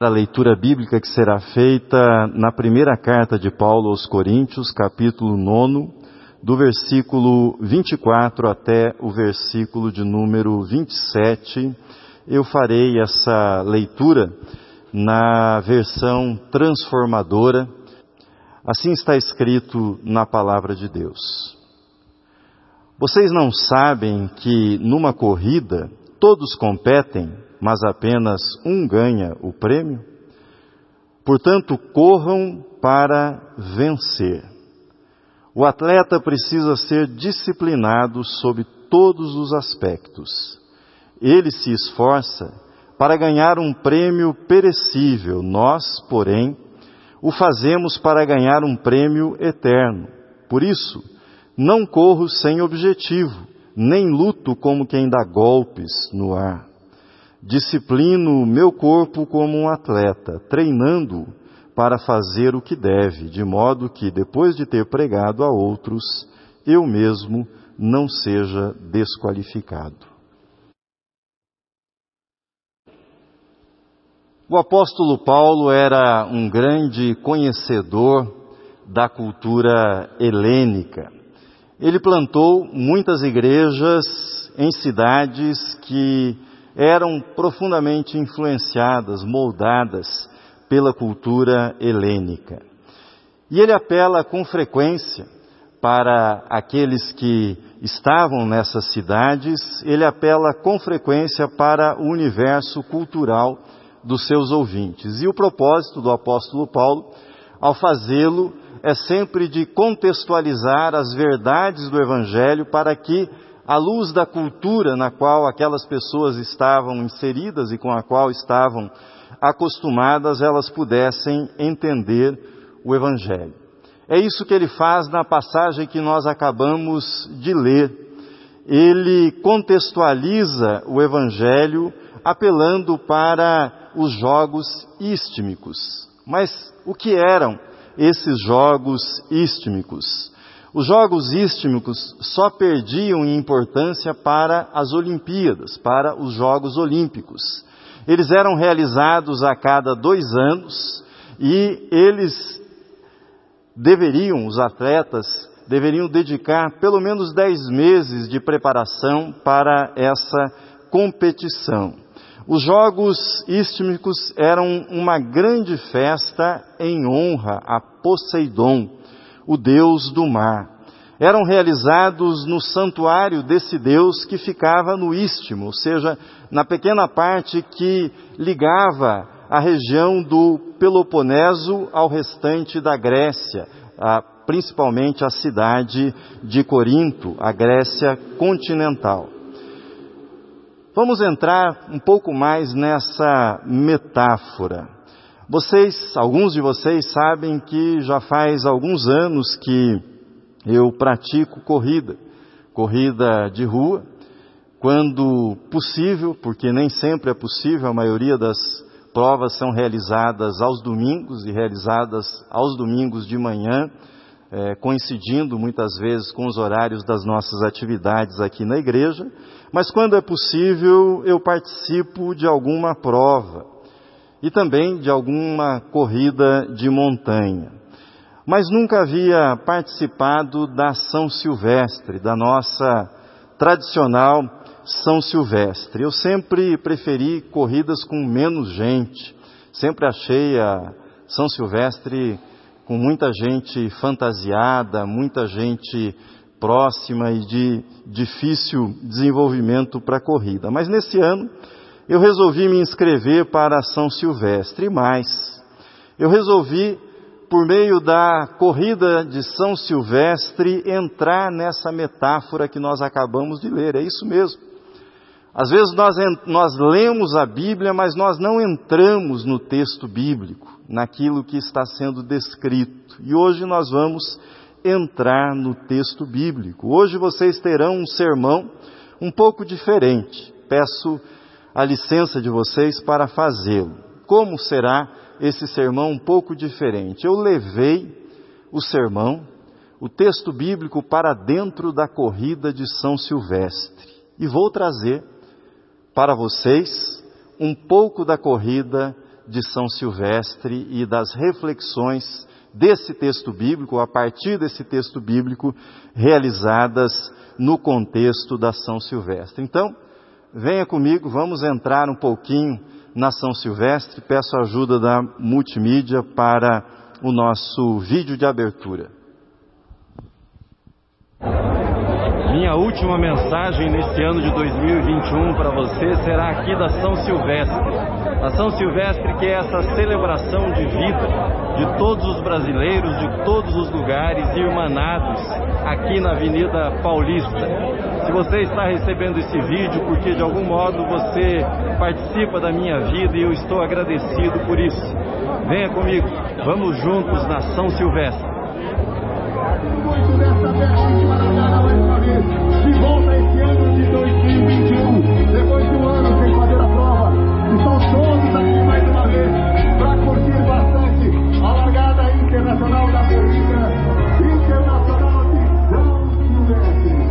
A leitura bíblica que será feita na primeira carta de Paulo aos Coríntios, capítulo 9, do versículo 24 até o versículo de número 27. Eu farei essa leitura na versão transformadora. Assim está escrito na palavra de Deus. Vocês não sabem que numa corrida todos competem, mas apenas um ganha o prêmio? Portanto, corram para vencer. O atleta precisa ser disciplinado sob todos os aspectos. Ele se esforça para ganhar um prêmio perecível. Nós, porém, o fazemos para ganhar um prêmio eterno. Por isso, não corro sem objetivo, nem luto como quem dá golpes no ar. Disciplino o meu corpo como um atleta, treinando-o para fazer o que deve, de modo que, depois de ter pregado a outros, eu mesmo não seja desqualificado. O apóstolo Paulo era um grande conhecedor da cultura helênica. Ele plantou muitas igrejas em cidades que eram profundamente influenciadas, moldadas pela cultura helênica. E ele apela com frequência para aqueles que estavam nessas cidades, ele apela com frequência para o universo cultural dos seus ouvintes. E o propósito do apóstolo Paulo, ao fazê-lo, é sempre de contextualizar as verdades do Evangelho para que, à luz da cultura na qual aquelas pessoas estavam inseridas e com a qual estavam acostumadas, elas pudessem entender o Evangelho. É isso que ele faz na passagem que nós acabamos de ler. Ele contextualiza o Evangelho apelando para os jogos istmicos. Mas o que eram esses jogos istmicos? Os jogos istmicos só perdiam em importância para as Olimpíadas, para os Jogos Olímpicos. Eles eram realizados a cada 2 anos e os atletas deveriam dedicar pelo menos 10 meses de preparação para essa competição. Os Jogos Istmicos eram uma grande festa em honra a Poseidon, o deus do mar. Eram realizados no santuário desse deus que ficava no istmo, ou seja, na pequena parte que ligava a região do Peloponeso ao restante da Grécia, principalmente a cidade de Corinto, a Grécia continental. Vamos entrar um pouco mais nessa metáfora. Alguns de vocês sabem que já faz alguns anos que eu pratico corrida de rua, quando possível, porque nem sempre é possível, a maioria das provas são realizadas aos domingos e realizadas aos domingos de manhã, coincidindo muitas vezes com os horários das nossas atividades aqui na igreja, mas quando é possível eu participo de alguma prova e também de alguma corrida de montanha. Mas nunca havia participado da São Silvestre, da nossa tradicional São Silvestre. Eu sempre preferi corridas com menos gente, sempre achei a São Silvestre com muita gente fantasiada, muita gente próxima e de difícil desenvolvimento para a corrida. Mas nesse ano eu resolvi me inscrever para a São Silvestre, mas eu resolvi, por meio da corrida de São Silvestre, entrar nessa metáfora que nós acabamos de ler. É isso mesmo. Às vezes nós lemos a Bíblia, mas nós não entramos no texto bíblico, naquilo que está sendo descrito. E hoje nós vamos entrar no texto bíblico. Hoje vocês terão um sermão um pouco diferente. Peço a licença de vocês para fazê-lo. Como será esse sermão um pouco diferente? Eu levei o sermão, o texto bíblico, para dentro da corrida de São Silvestre e vou trazer para vocês um pouco da corrida de São Silvestre e das reflexões desse texto bíblico, a partir desse texto bíblico, realizadas no contexto da São Silvestre. Então, venha comigo, vamos entrar um pouquinho na São Silvestre. Peço a ajuda da multimídia para o nosso vídeo de abertura. Minha última mensagem nesse ano de 2021 para você será aqui da São Silvestre. A São Silvestre, que é essa celebração de vida de todos os brasileiros, de todos os lugares irmanados aqui na Avenida Paulista. Se você está recebendo esse vídeo porque de algum modo você participa da minha vida e eu estou agradecido por isso. Venha comigo, vamos juntos na São Silvestre. Muito dessa festa maravilhosa mais uma vez. De volta esse ano de 2021. Depois de um ano sem fazer a prova, estão todos aqui mais uma vez para curtir bastante a largada internacional da corrida internacional de São Silvestre.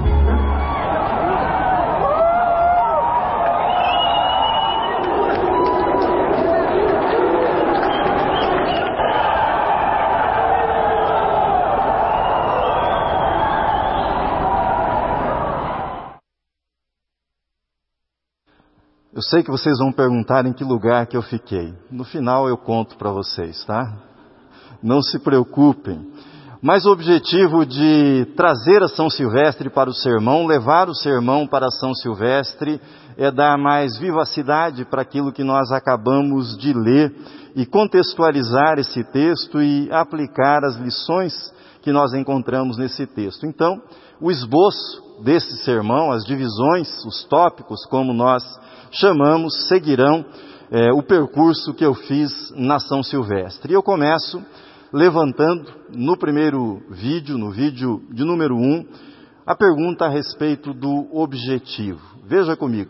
Eu sei que vocês vão perguntar em que lugar que eu fiquei. No final eu conto para vocês, tá? Não se preocupem. Mas o objetivo de trazer a São Silvestre para o sermão, levar o sermão para a São Silvestre, é dar mais vivacidade para aquilo que nós acabamos de ler e contextualizar esse texto e aplicar as lições que nós encontramos nesse texto. Então, o esboço desse sermão, as divisões, os tópicos, como nós chamamos, seguirão o percurso que eu fiz na São Silvestre. E eu começo levantando no primeiro vídeo, no vídeo de número 1, a pergunta a respeito do objetivo. Veja comigo.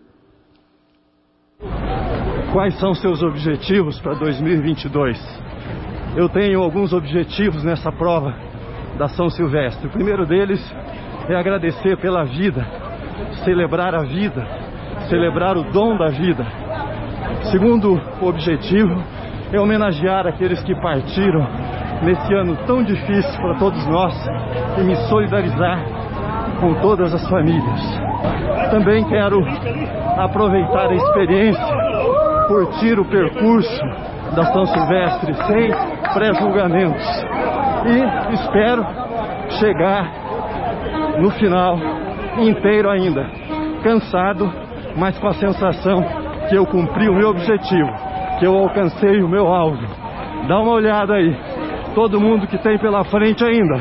Quais são seus objetivos para 2022? Eu tenho alguns objetivos nessa prova da São Silvestre. O primeiro deles é agradecer pela vida, celebrar a vida, celebrar o dom da vida. Segundo objetivo é homenagear aqueles que partiram nesse ano tão difícil para todos nós e me solidarizar com todas as famílias. Também quero aproveitar a experiência, curtir o percurso da São Silvestre sem pré-julgamentos e espero chegar no final inteiro ainda, cansado, mas com a sensação que eu cumpri o meu objetivo, que eu alcancei o meu alvo. Dá uma olhada aí, todo mundo que tem pela frente ainda.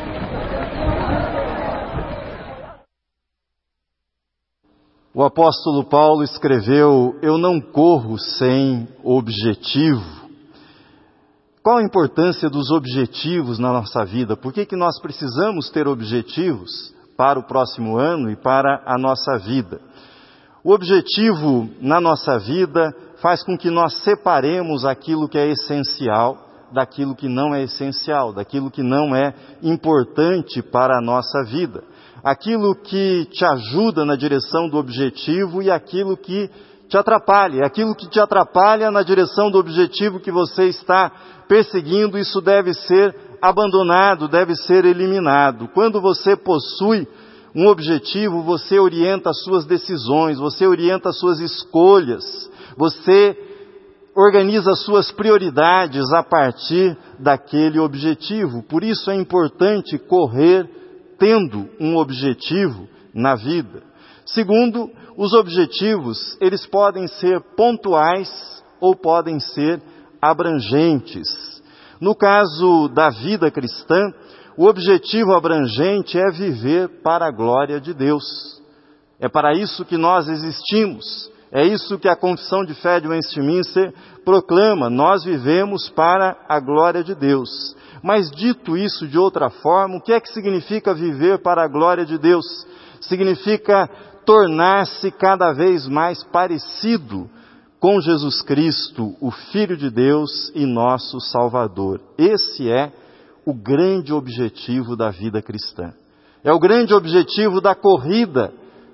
O apóstolo Paulo escreveu: eu não corro sem objetivo. Qual a importância dos objetivos na nossa vida? Por que nós precisamos ter objetivos para o próximo ano e para a nossa vida? O objetivo na nossa vida faz com que nós separemos aquilo que é essencial daquilo que não é essencial, daquilo que não é importante para a nossa vida. Aquilo que te ajuda na direção do objetivo e aquilo que te atrapalha. Aquilo que te atrapalha na direção do objetivo que você está perseguindo, isso deve ser abandonado, deve ser eliminado. Quando você possui um objetivo, você orienta as suas decisões, você orienta as suas escolhas, você organiza as suas prioridades a partir daquele objetivo. Por isso é importante correr tendo um objetivo na vida. Segundo, os objetivos, eles podem ser pontuais ou podem ser abrangentes. No caso da vida cristã, o objetivo abrangente é viver para a glória de Deus. É para isso que nós existimos. É isso que a Confissão de Fé de Westminster proclama. Nós vivemos para a glória de Deus. Mas dito isso de outra forma, o que é que significa viver para a glória de Deus? Significa tornar-se cada vez mais parecido com Jesus Cristo, o Filho de Deus e nosso Salvador. Esse é o grande objetivo da vida cristã. É o grande objetivo da corrida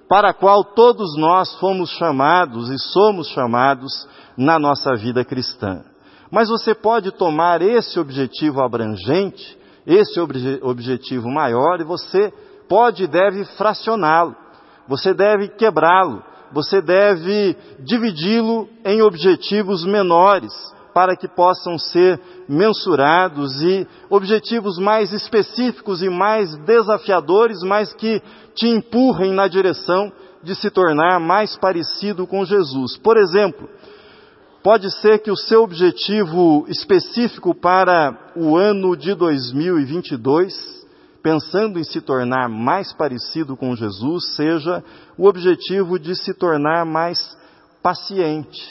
para a qual todos nós fomos chamados e somos chamados na nossa vida cristã. Mas você pode tomar esse objetivo abrangente, esse objetivo maior, e você pode e deve fracioná-lo, você deve quebrá-lo, você deve dividi-lo em objetivos menores, para que possam ser mensurados, e objetivos mais específicos e mais desafiadores, mas que te empurrem na direção de se tornar mais parecido com Jesus. Por exemplo, pode ser que o seu objetivo específico para o ano de 2022, pensando em se tornar mais parecido com Jesus, seja o objetivo de se tornar mais paciente.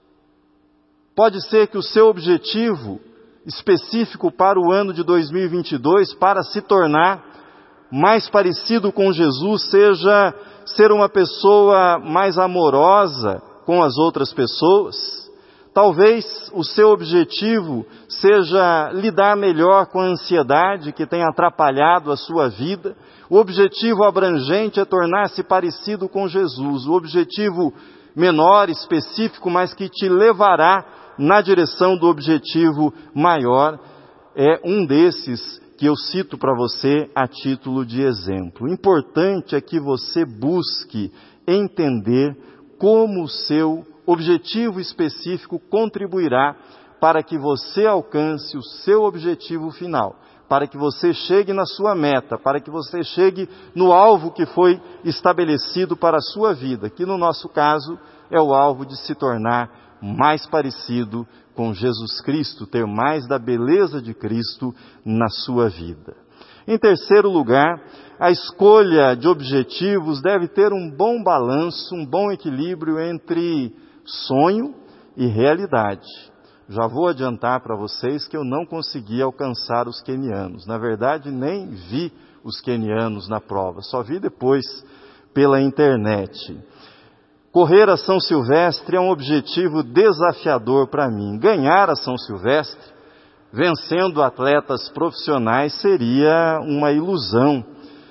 Pode ser que o seu objetivo específico para o ano de 2022, para se tornar mais parecido com Jesus, seja ser uma pessoa mais amorosa com as outras pessoas. Talvez o seu objetivo seja lidar melhor com a ansiedade que tem atrapalhado a sua vida. O objetivo abrangente é tornar-se parecido com Jesus. O objetivo menor, específico, mas que te levará na direção do objetivo maior, é um desses que eu cito para você a título de exemplo. O importante é que você busque entender como o seu objetivo específico contribuirá para que você alcance o seu objetivo final, para que você chegue na sua meta, para que você chegue no alvo que foi estabelecido para a sua vida, que no nosso caso é o alvo de se tornar mais parecido com Jesus Cristo, ter mais da beleza de Cristo na sua vida. Em terceiro lugar, a escolha de objetivos deve ter um bom balanço, um bom equilíbrio entre sonho e realidade. Já vou adiantar para vocês que eu não consegui alcançar os quenianos. Na verdade, nem vi os quenianos na prova, só vi depois pela internet. Correr a São Silvestre é um objetivo desafiador para mim. Ganhar a São Silvestre, vencendo atletas profissionais, seria uma ilusão.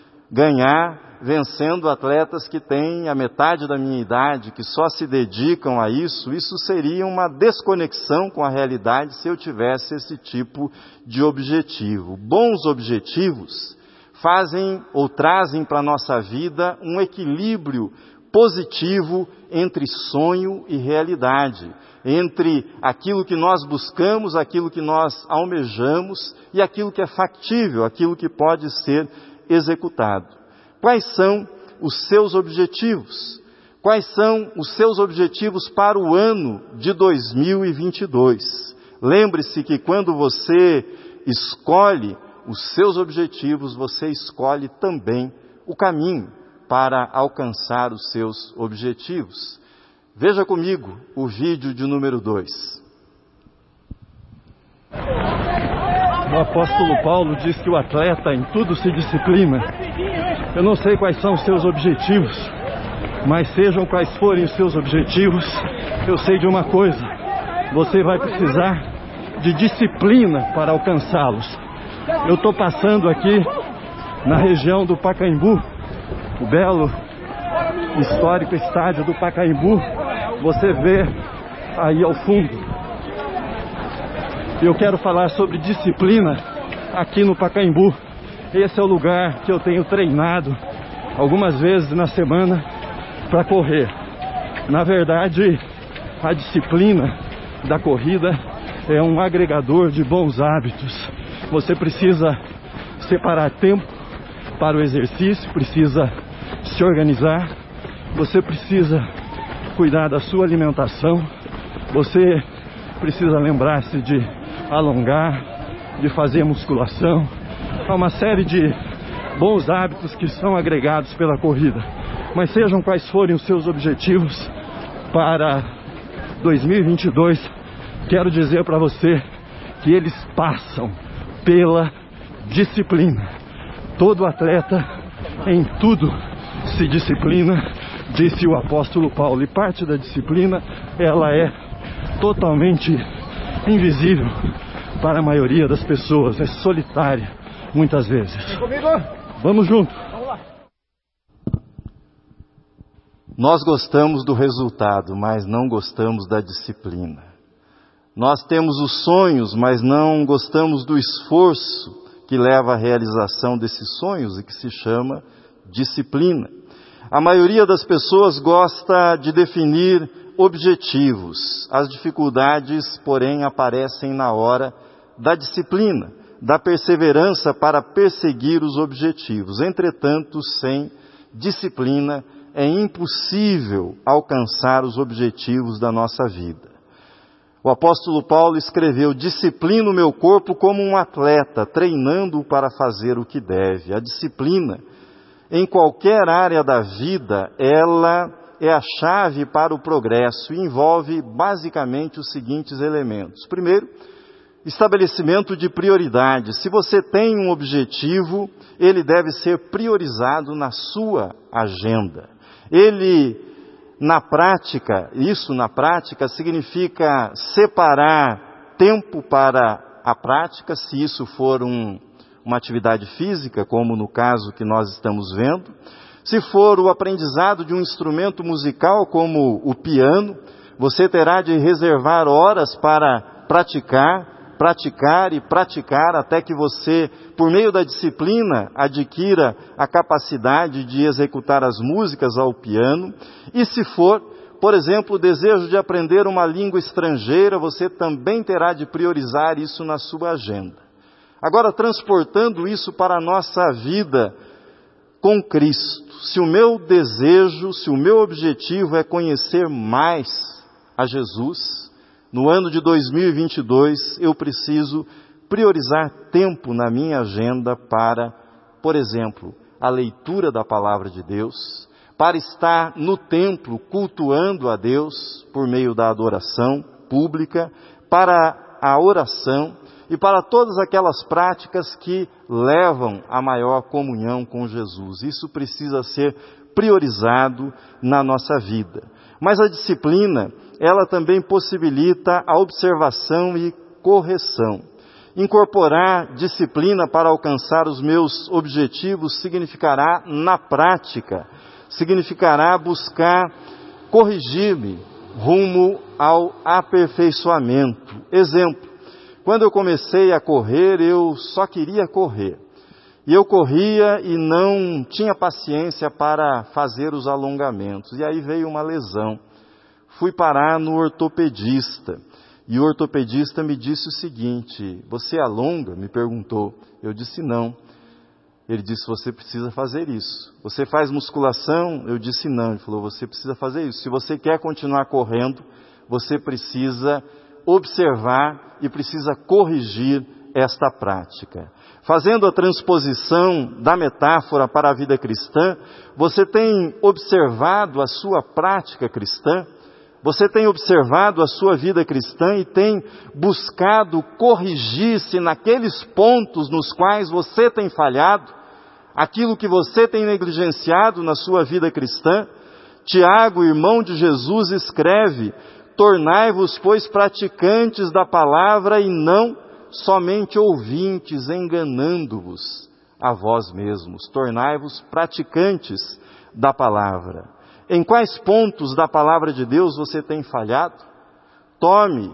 Ganhar vencendo atletas que têm a metade da minha idade, que só se dedicam a isso seria uma desconexão com a realidade se eu tivesse esse tipo de objetivo. Bons objetivos fazem ou trazem para a nossa vida um equilíbrio positivo entre sonho e realidade, entre aquilo que nós buscamos, aquilo que nós almejamos e aquilo que é factível, aquilo que pode ser executado. Quais são os seus objetivos? Quais são os seus objetivos para o ano de 2022? Lembre-se que quando você escolhe os seus objetivos, você escolhe também o caminho para alcançar os seus objetivos. Veja comigo o vídeo de número 2. O apóstolo Paulo diz que o atleta em tudo se disciplina. Eu não sei quais são os seus objetivos, mas sejam quais forem os seus objetivos, eu sei de uma coisa: você vai precisar de disciplina para alcançá-los. Eu estou passando aqui na região do Pacaembu, o belo histórico estádio do Pacaembu, você vê aí ao fundo. Eu quero falar sobre disciplina aqui no Pacaembu. Esse é o lugar que eu tenho treinado algumas vezes na semana para correr. Na verdade, a disciplina da corrida é um agregador de bons hábitos. Você precisa separar tempo para o exercício, precisa se organizar, você precisa cuidar da sua alimentação, você precisa lembrar-se de alongar, de fazer musculação. Há uma série de bons hábitos que são agregados pela corrida. Mas sejam quais forem os seus objetivos para 2022, quero dizer para você que eles passam pela disciplina. Todo atleta em tudo se disciplina, disse o apóstolo Paulo, e parte da disciplina, ela é totalmente invisível para a maioria das pessoas, é solitária muitas vezes. Vamos junto. Nós gostamos do resultado, mas não gostamos da disciplina. Nós temos os sonhos, mas não gostamos do esforço que leva à realização desses sonhos e que se chama disciplina. A maioria das pessoas gosta de definir objetivos. As dificuldades, porém, aparecem na hora da disciplina, da perseverança para perseguir os objetivos. Entretanto, sem disciplina, é impossível alcançar os objetivos da nossa vida. O apóstolo Paulo escreveu: disciplino o meu corpo como um atleta, treinando-o para fazer o que deve. A disciplina, em qualquer área da vida, ela é a chave para o progresso e envolve basicamente os seguintes elementos. Primeiro, estabelecimento de prioridades. Se você tem um objetivo, ele deve ser priorizado na sua agenda. Isso na prática significa separar tempo para a prática, se isso for uma atividade física, como no caso que nós estamos vendo. Se for o aprendizado de um instrumento musical, como o piano, você terá de reservar horas para praticar até que você, por meio da disciplina, adquira a capacidade de executar as músicas ao piano. E se for, por exemplo, o desejo de aprender uma língua estrangeira, você também terá de priorizar isso na sua agenda. Agora, transportando isso para a nossa vida com Cristo, se o meu desejo, se o meu objetivo é conhecer mais a Jesus, no ano de 2022, eu preciso priorizar tempo na minha agenda para, por exemplo, a leitura da Palavra de Deus, para estar no templo cultuando a Deus por meio da adoração pública, para a oração e para todas aquelas práticas que levam a maior comunhão com Jesus. Isso precisa ser priorizado na nossa vida. Mas a disciplina, ela também possibilita a observação e correção. Incorporar disciplina para alcançar os meus objetivos significará, na prática, buscar corrigir-me rumo ao aperfeiçoamento. Exemplo, quando eu comecei a correr, eu só queria correr. E eu corria e não tinha paciência para fazer os alongamentos. E aí veio uma lesão. Fui parar no ortopedista. E o ortopedista me disse o seguinte: você alonga? Me perguntou. Eu disse não. Ele disse: você precisa fazer isso. Você faz musculação? Eu disse não. Ele falou: você precisa fazer isso. Se você quer continuar correndo, você precisa observar e precisa corrigir esta prática. Fazendo a transposição da metáfora para a vida cristã, você tem observado a sua prática cristã? Você tem observado a sua vida cristã e tem buscado corrigir-se naqueles pontos nos quais você tem falhado? Aquilo que você tem negligenciado na sua vida cristã? Tiago, irmão de Jesus, escreve: tornai-vos, pois, praticantes da palavra e não somente ouvintes, enganando-vos a vós mesmos. Tornai-vos praticantes da palavra. Em quais pontos da palavra de Deus você tem falhado? Tome,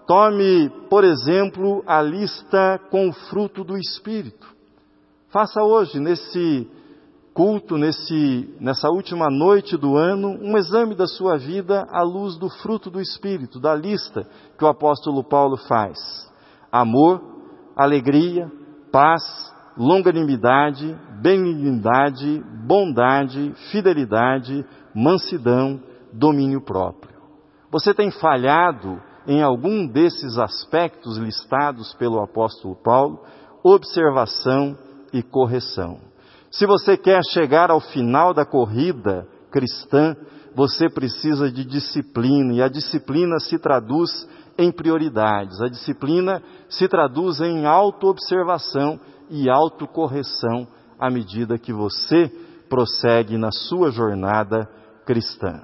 por exemplo, a lista com o fruto do Espírito. Faça hoje, nesse culto, nessa última noite do ano, um exame da sua vida à luz do fruto do Espírito, da lista que o apóstolo Paulo faz. Amor, alegria, paz, longanimidade, benignidade, bondade, fidelidade, mansidão, domínio próprio. Você tem falhado em algum desses aspectos listados pelo apóstolo Paulo? Observação e correção. Se você quer chegar ao final da corrida cristã, você precisa de disciplina, e a disciplina se traduz em prioridades. A disciplina se traduz em autoobservação e autocorreção à medida que você prossegue na sua jornada cristã.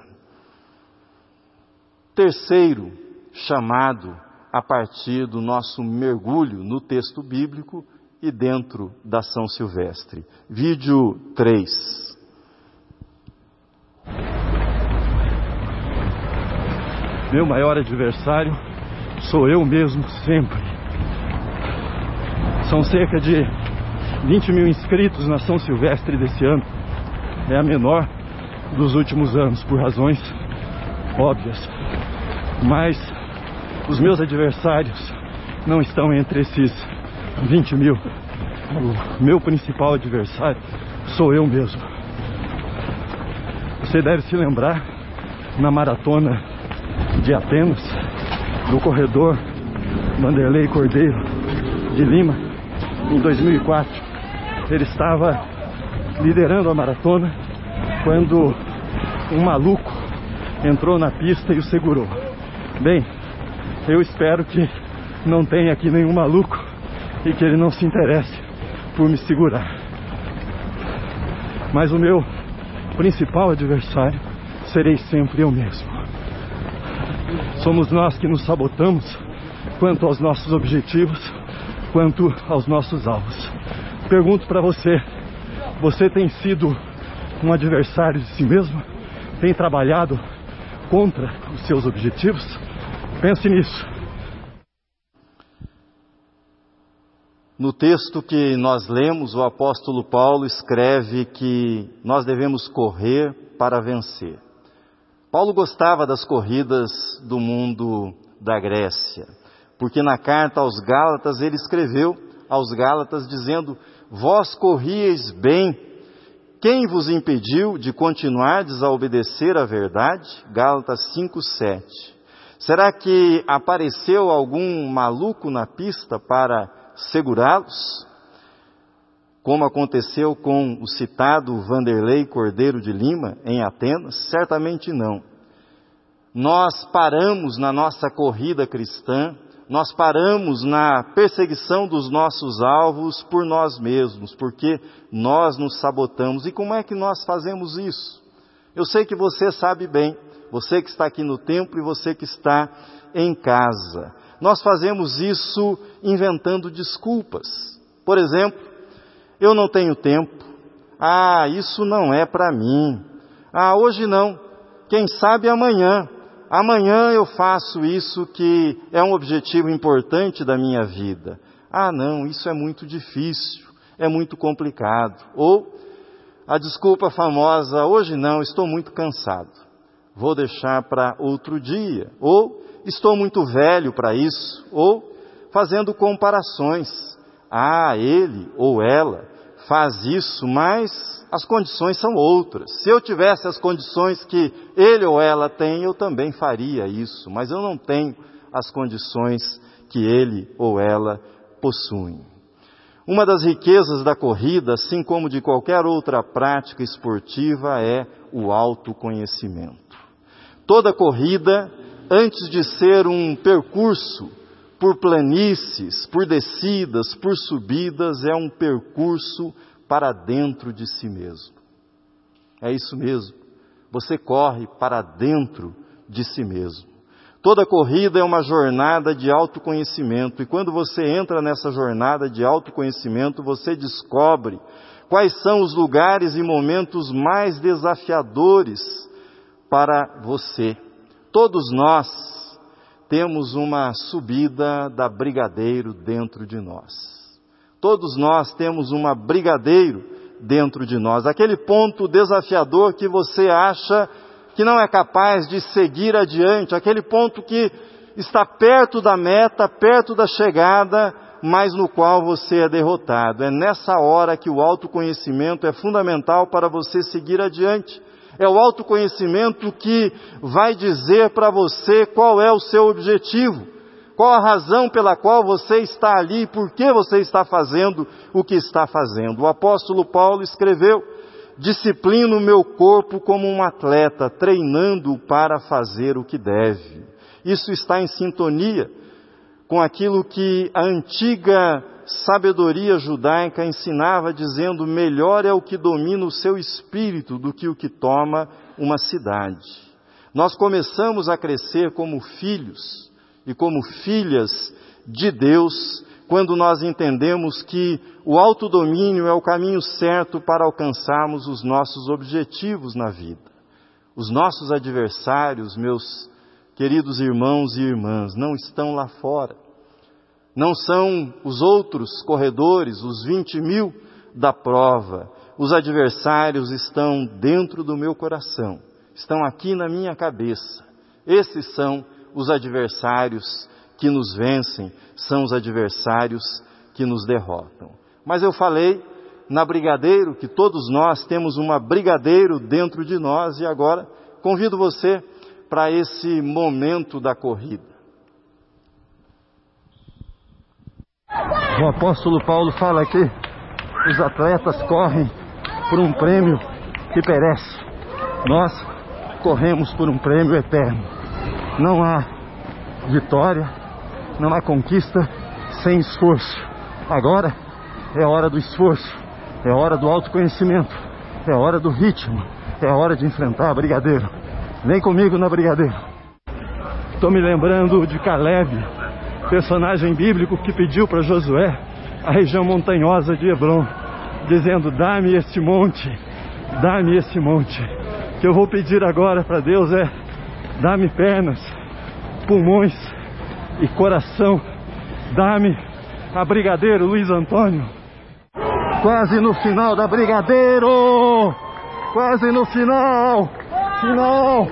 Terceiro chamado a partir do nosso mergulho no texto bíblico e dentro da São Silvestre. Vídeo 3. Meu maior adversário sou eu mesmo sempre. São cerca de 20 mil inscritos na São Silvestre desse ano. É a menor dos últimos anos, por razões óbvias. Mas os meus adversários não estão entre esses 20 mil. O meu principal adversário sou eu mesmo. Você deve se lembrar, na maratona de Atenas, do corredor Vanderlei Cordeiro de Lima, em 2004. Ele estava liderando a maratona quando um maluco entrou na pista e o segurou. Bem, eu espero que não tenha aqui nenhum maluco e que ele não se interesse por me segurar. Mas o meu principal adversário serei sempre eu mesmo. Somos nós que nos sabotamos quanto aos nossos objetivos, quanto aos nossos alvos. Pergunto para você, você tem sido um adversário de si mesmo? Tem trabalhado contra os seus objetivos? Pense nisso. No texto que nós lemos, o apóstolo Paulo escreve que nós devemos correr para vencer. Paulo gostava das corridas do mundo da Grécia, porque na carta aos Gálatas ele escreveu aos Gálatas dizendo: vós corrieis bem, quem vos impediu de continuardes a obedecer à verdade? Gálatas 5:7. Será que apareceu algum maluco na pista para segurá-los? Como aconteceu com o citado Vanderlei Cordeiro de Lima, em Atenas? Certamente não. Nós paramos na nossa corrida cristã, nós paramos na perseguição dos nossos alvos por nós mesmos, porque nós nos sabotamos. E como é que nós fazemos isso? Eu sei que você sabe bem, você que está aqui no templo e você que está em casa. Nós fazemos isso inventando desculpas. Por exemplo, eu não tenho tempo. Ah, isso não é para mim. Ah, hoje não. Quem sabe amanhã. Amanhã eu faço isso que é um objetivo importante da minha vida. Ah, não, isso é muito difícil, é muito complicado. Ou a desculpa famosa, hoje não, estou muito cansado. Vou deixar para outro dia. Ou estou muito velho para isso. Ou fazendo comparações. Ah, ele ou ela faz isso, mas as condições são outras. Se eu tivesse as condições que ele ou ela tem, eu também faria isso, mas eu não tenho as condições que ele ou ela possuem. Uma das riquezas da corrida, assim como de qualquer outra prática esportiva, é o autoconhecimento. Toda corrida, antes de ser um percurso por planícies, por descidas, por subidas, é um percurso para dentro de si mesmo. É isso mesmo. Você corre para dentro de si mesmo. Toda corrida é uma jornada de autoconhecimento. E quando você entra nessa jornada de autoconhecimento, você descobre quais são os lugares e momentos mais desafiadores para você. Todos nós temos uma subida da Brigadeiro dentro de nós. Todos nós temos uma Brigadeiro dentro de nós. Aquele ponto desafiador que você acha que não é capaz de seguir adiante. Aquele ponto que está perto da meta, perto da chegada, mas no qual você é derrotado. É nessa hora que o autoconhecimento é fundamental para você seguir adiante. É o autoconhecimento que vai dizer para você qual é o seu objetivo, qual a razão pela qual você está ali e por que você está fazendo o que está fazendo. O apóstolo Paulo escreveu: disciplino o meu corpo como um atleta, treinando-o para fazer o que deve. Isso está em sintonia com aquilo que a antiga sabedoria judaica ensinava, dizendo: melhor é o que domina o seu espírito do que o que toma uma cidade. Nós começamos a crescer como filhos e como filhas de Deus quando nós entendemos que o autodomínio é o caminho certo para alcançarmos os nossos objetivos na vida. Os nossos adversários, meus queridos irmãos e irmãs, não estão lá fora. Não são os outros corredores, os 20.000 da prova. Os adversários estão dentro do meu coração, estão aqui na minha cabeça. Esses são os adversários que nos vencem, são os adversários que nos derrotam. Mas eu falei na Brigadeiro que todos nós temos uma Brigadeiro dentro de nós, e agora convido você para esse momento da corrida. O apóstolo Paulo fala que os atletas correm por um prêmio que perece. Nós corremos por um prêmio eterno. Não há vitória, não há conquista sem esforço. Agora é hora do esforço, é hora do autoconhecimento, é hora do ritmo, é hora de enfrentar a Brigadeiro. Vem comigo na Brigadeiro. Estou me lembrando de Caleb, personagem bíblico que pediu para Josué a região montanhosa de Hebrom, dizendo: dá-me este monte, dá-me esse monte. O que eu vou pedir agora para Deus é: dá-me pernas, pulmões e coração. Dá-me a Brigadeiro, Luiz Antônio. Quase no final da Brigadeiro! Quase no final! Final!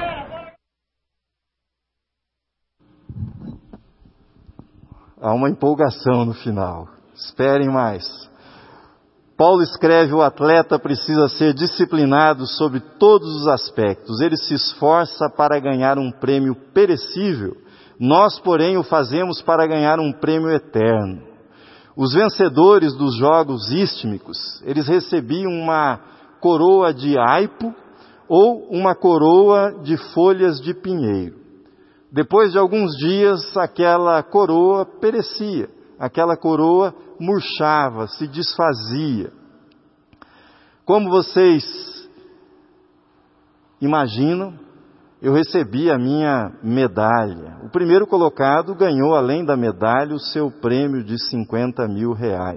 Há uma empolgação no final. Esperem mais. Paulo escreve: o atleta precisa ser disciplinado sobre todos os aspectos. Ele se esforça para ganhar um prêmio perecível. Nós, porém, o fazemos para ganhar um prêmio eterno. Os vencedores dos jogos istmicos, eles recebiam uma coroa de aipo ou uma coroa de folhas de pinheiro. Depois de alguns dias, aquela coroa perecia, aquela coroa murchava, se desfazia. Como vocês imaginam, eu recebi a minha medalha. O primeiro colocado ganhou, além da medalha, o seu prêmio de R$50.000.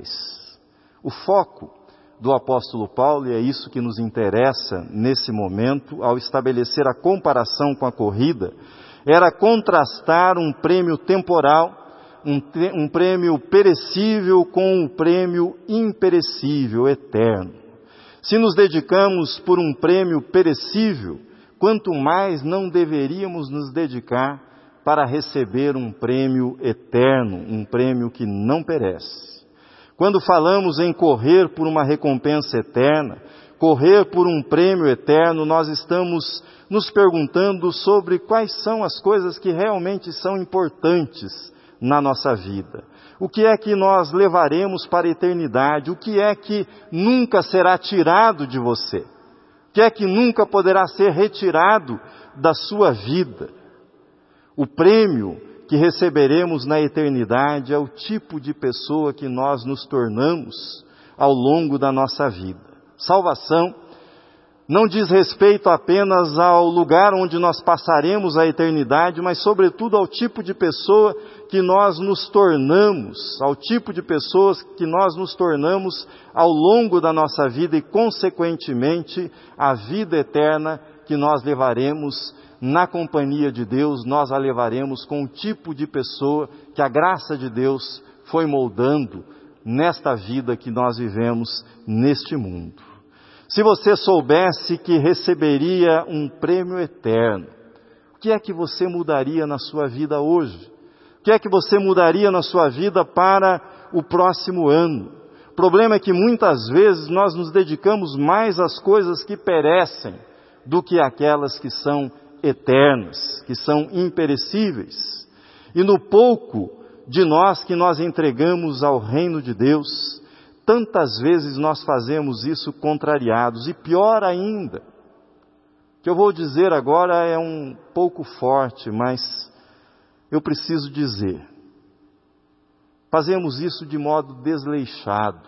O foco do apóstolo Paulo, e é isso que nos interessa nesse momento, ao estabelecer a comparação com a corrida, era contrastar um prêmio temporal, um prêmio perecível com um prêmio imperecível, eterno. Se nos dedicamos por um prêmio perecível, quanto mais não deveríamos nos dedicar para receber um prêmio eterno, um prêmio que não perece. Quando falamos em correr por uma recompensa eterna, correr por um prêmio eterno, nós estamos nos perguntando sobre quais são as coisas que realmente são importantes na nossa vida. O que é que nós levaremos para a eternidade? O que é que nunca será tirado de você? O que é que nunca poderá ser retirado da sua vida? O prêmio que receberemos na eternidade é o tipo de pessoa que nós nos tornamos ao longo da nossa vida. Salvação não diz respeito apenas ao lugar onde nós passaremos a eternidade, mas sobretudo ao tipo de pessoa que nós nos tornamos, ao tipo de pessoas que nós nos tornamos ao longo da nossa vida e, consequentemente, a vida eterna que nós levaremos na companhia de Deus, nós a levaremos com o tipo de pessoa que a graça de Deus foi moldando nesta vida que nós vivemos neste mundo. Se você soubesse que receberia um prêmio eterno, o que é que você mudaria na sua vida hoje? O que é que você mudaria na sua vida para o próximo ano? O problema é que muitas vezes nós nos dedicamos mais às coisas que perecem do que àquelas que são eternas, que são imperecíveis. E no pouco de nós que nós entregamos ao reino de Deus, tantas vezes nós fazemos isso contrariados. E pior ainda, o que eu vou dizer agora é um pouco forte, mas eu preciso dizer. Fazemos isso de modo desleixado.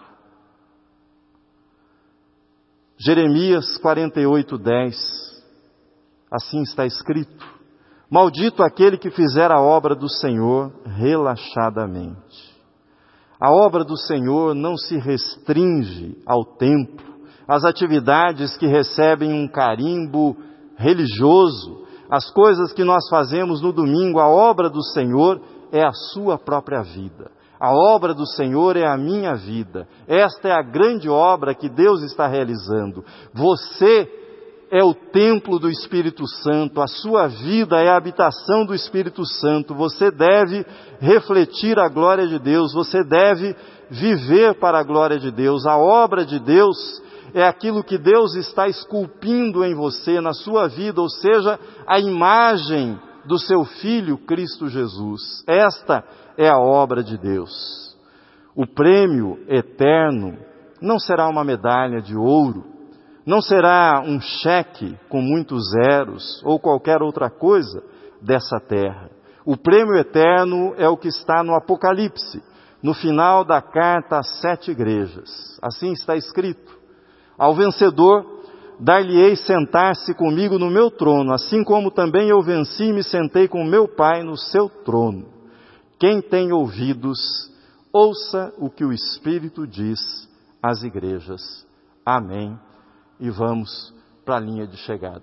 Jeremias 48:10, assim está escrito: maldito aquele que fizer a obra do Senhor relaxadamente. A obra do Senhor não se restringe ao templo, às atividades que recebem um carimbo religioso, As coisas que nós fazemos no domingo, a obra do Senhor é a sua própria vida. A obra do Senhor é a minha vida. Esta é a grande obra que Deus está realizando. Você é o templo do Espírito Santo, a sua vida é a habitação do Espírito Santo. Você deve refletir a glória de Deus, você deve viver para a glória de Deus. A obra de Deus é aquilo que Deus está esculpindo em você, na sua vida, ou seja, a imagem do seu Filho Cristo Jesus. Esta é a obra de Deus. O prêmio eterno não será uma medalha de ouro, não será um cheque com muitos zeros ou qualquer outra coisa dessa terra. O prêmio eterno é o que está no Apocalipse, no final da carta às 7 igrejas. Assim está escrito: ao vencedor dar-lhe-ei sentar-se comigo no meu trono, assim como também eu venci e me sentei com meu Pai no seu trono. Quem tem ouvidos, ouça o que o Espírito diz às igrejas. Amém. E vamos para a linha de chegada.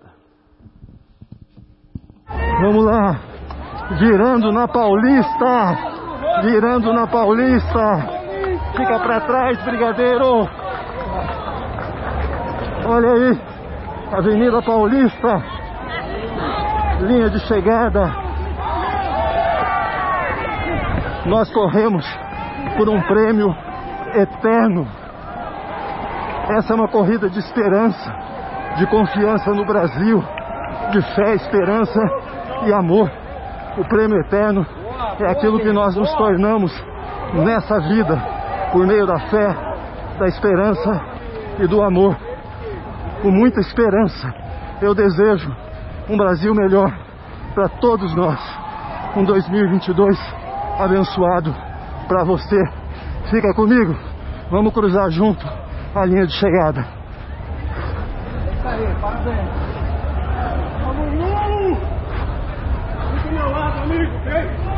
Vamos lá, virando na Paulista, fica para trás, brigadeiro. Olha aí, Avenida Paulista, linha de chegada. Nós corremos por um prêmio eterno. Essa é uma corrida de esperança, de confiança no Brasil, de fé, esperança e amor. O prêmio eterno é aquilo que nós nos tornamos nessa vida, por meio da fé, da esperança e do amor. Com muita esperança, eu desejo um Brasil melhor para todos nós. Um 2022 abençoado para você. Fica comigo, vamos cruzar junto a linha de chegada. Isso aí, parabéns. Vamos! Fica do meu lado, amigo.